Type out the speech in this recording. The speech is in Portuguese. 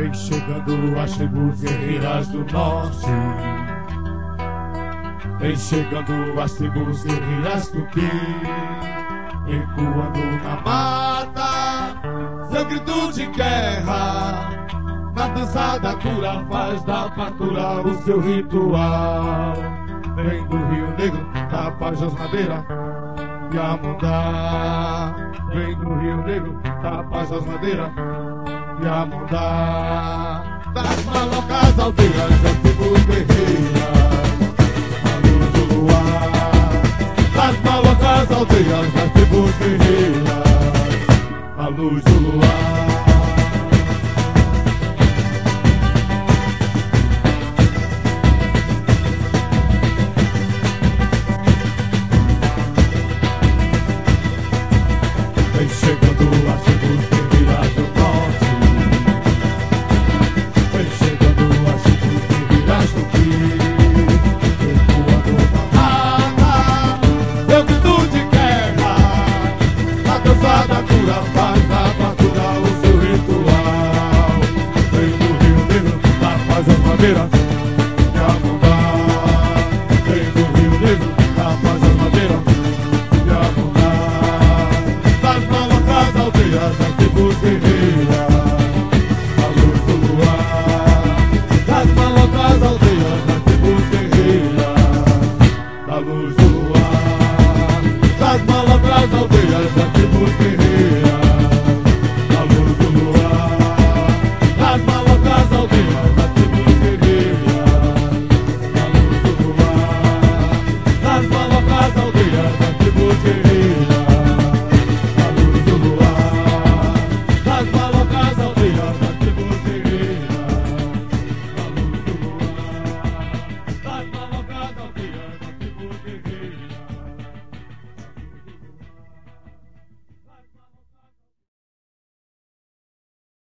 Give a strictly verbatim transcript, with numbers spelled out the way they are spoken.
Vem chegando as tribos guerreiras do norte. Vem chegando as tribos guerreiras do Tupi, ecoando na mata seu grito de guerra. Na dança da cura faz da fartura o seu ritual. Vem do Rio Negro, da Paz das Madeiras e a mudar. Vem do Rio Negro, da Paz das Madeiras e a mudar. Das malocas aldeias, das tribos guerreiras.